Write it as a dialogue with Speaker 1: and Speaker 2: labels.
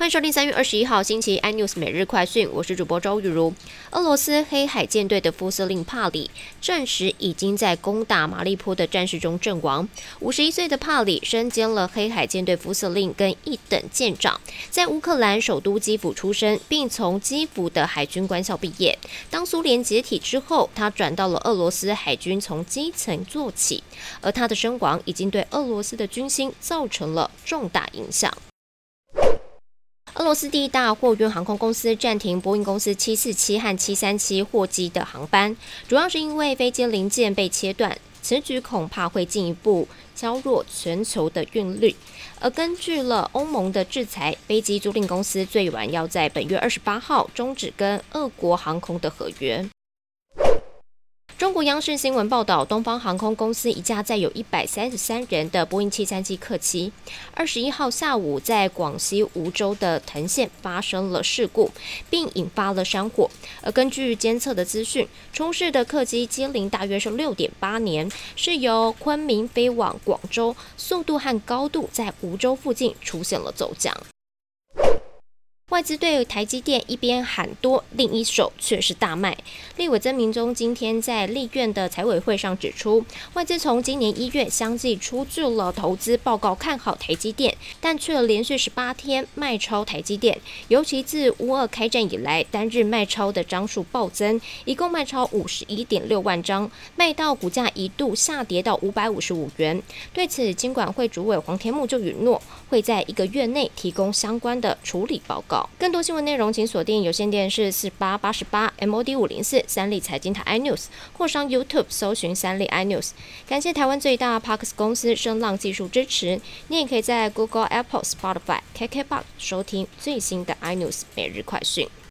Speaker 1: 迎收听3月21号星期 iNews 每日快讯，我是主播周雨茹。俄罗斯黑海舰队的副司令帕里证实已经在攻打马利坡的战事中阵亡。51岁的帕里身兼了黑海舰队副司令跟一等舰长，在乌克兰首都基辅出生，并从基辅的海军官校毕业。当苏联解体之后，他转到了俄罗斯海军，从基层做起，而他的身亡已经对俄罗斯的军心造成了重大影响。俄罗斯第一大货运航空公司暂停波音公司747和737货机的航班，主要是因为飞机零件被切断。此举恐怕会进一步削弱全球的运力。而根据了欧盟的制裁，飞机租赁公司最晚要在本月28号终止跟俄国航空的合约。中国央视新闻报道，东方航空公司一架载有133人的波音737客机，21号下午在广西梧州的藤县发生了事故，并引发了山火。而根据监测的资讯，出事的客机机龄大约是6.8年，是由昆明飞往广州，速度和高度在梧州附近出现了骤降。外资对台积电一边喊多，另一手却是大卖。立委曾明忠今天在立院的财委会上指出，外资从今年1月相继出具了投资报告，看好台积电，但却连续18天卖超台积电。尤其自乌俄开战以来，单日卖超的张数暴增，一共卖超51.6万张，卖到股价一度下跌到555元。对此，金管会主委黄天木就允诺，会在1个月内提供相关的处理报告。更多新闻内容，请锁定有线电视4888 MOD 504三立财经台 iNews， 或上 YouTube 搜寻三立 iNews。感谢台湾最大 Podcast 公司声浪技术支持。你也可以在 Google、Apple、Spotify、KKBOX 收听最新的iNews 每日快讯。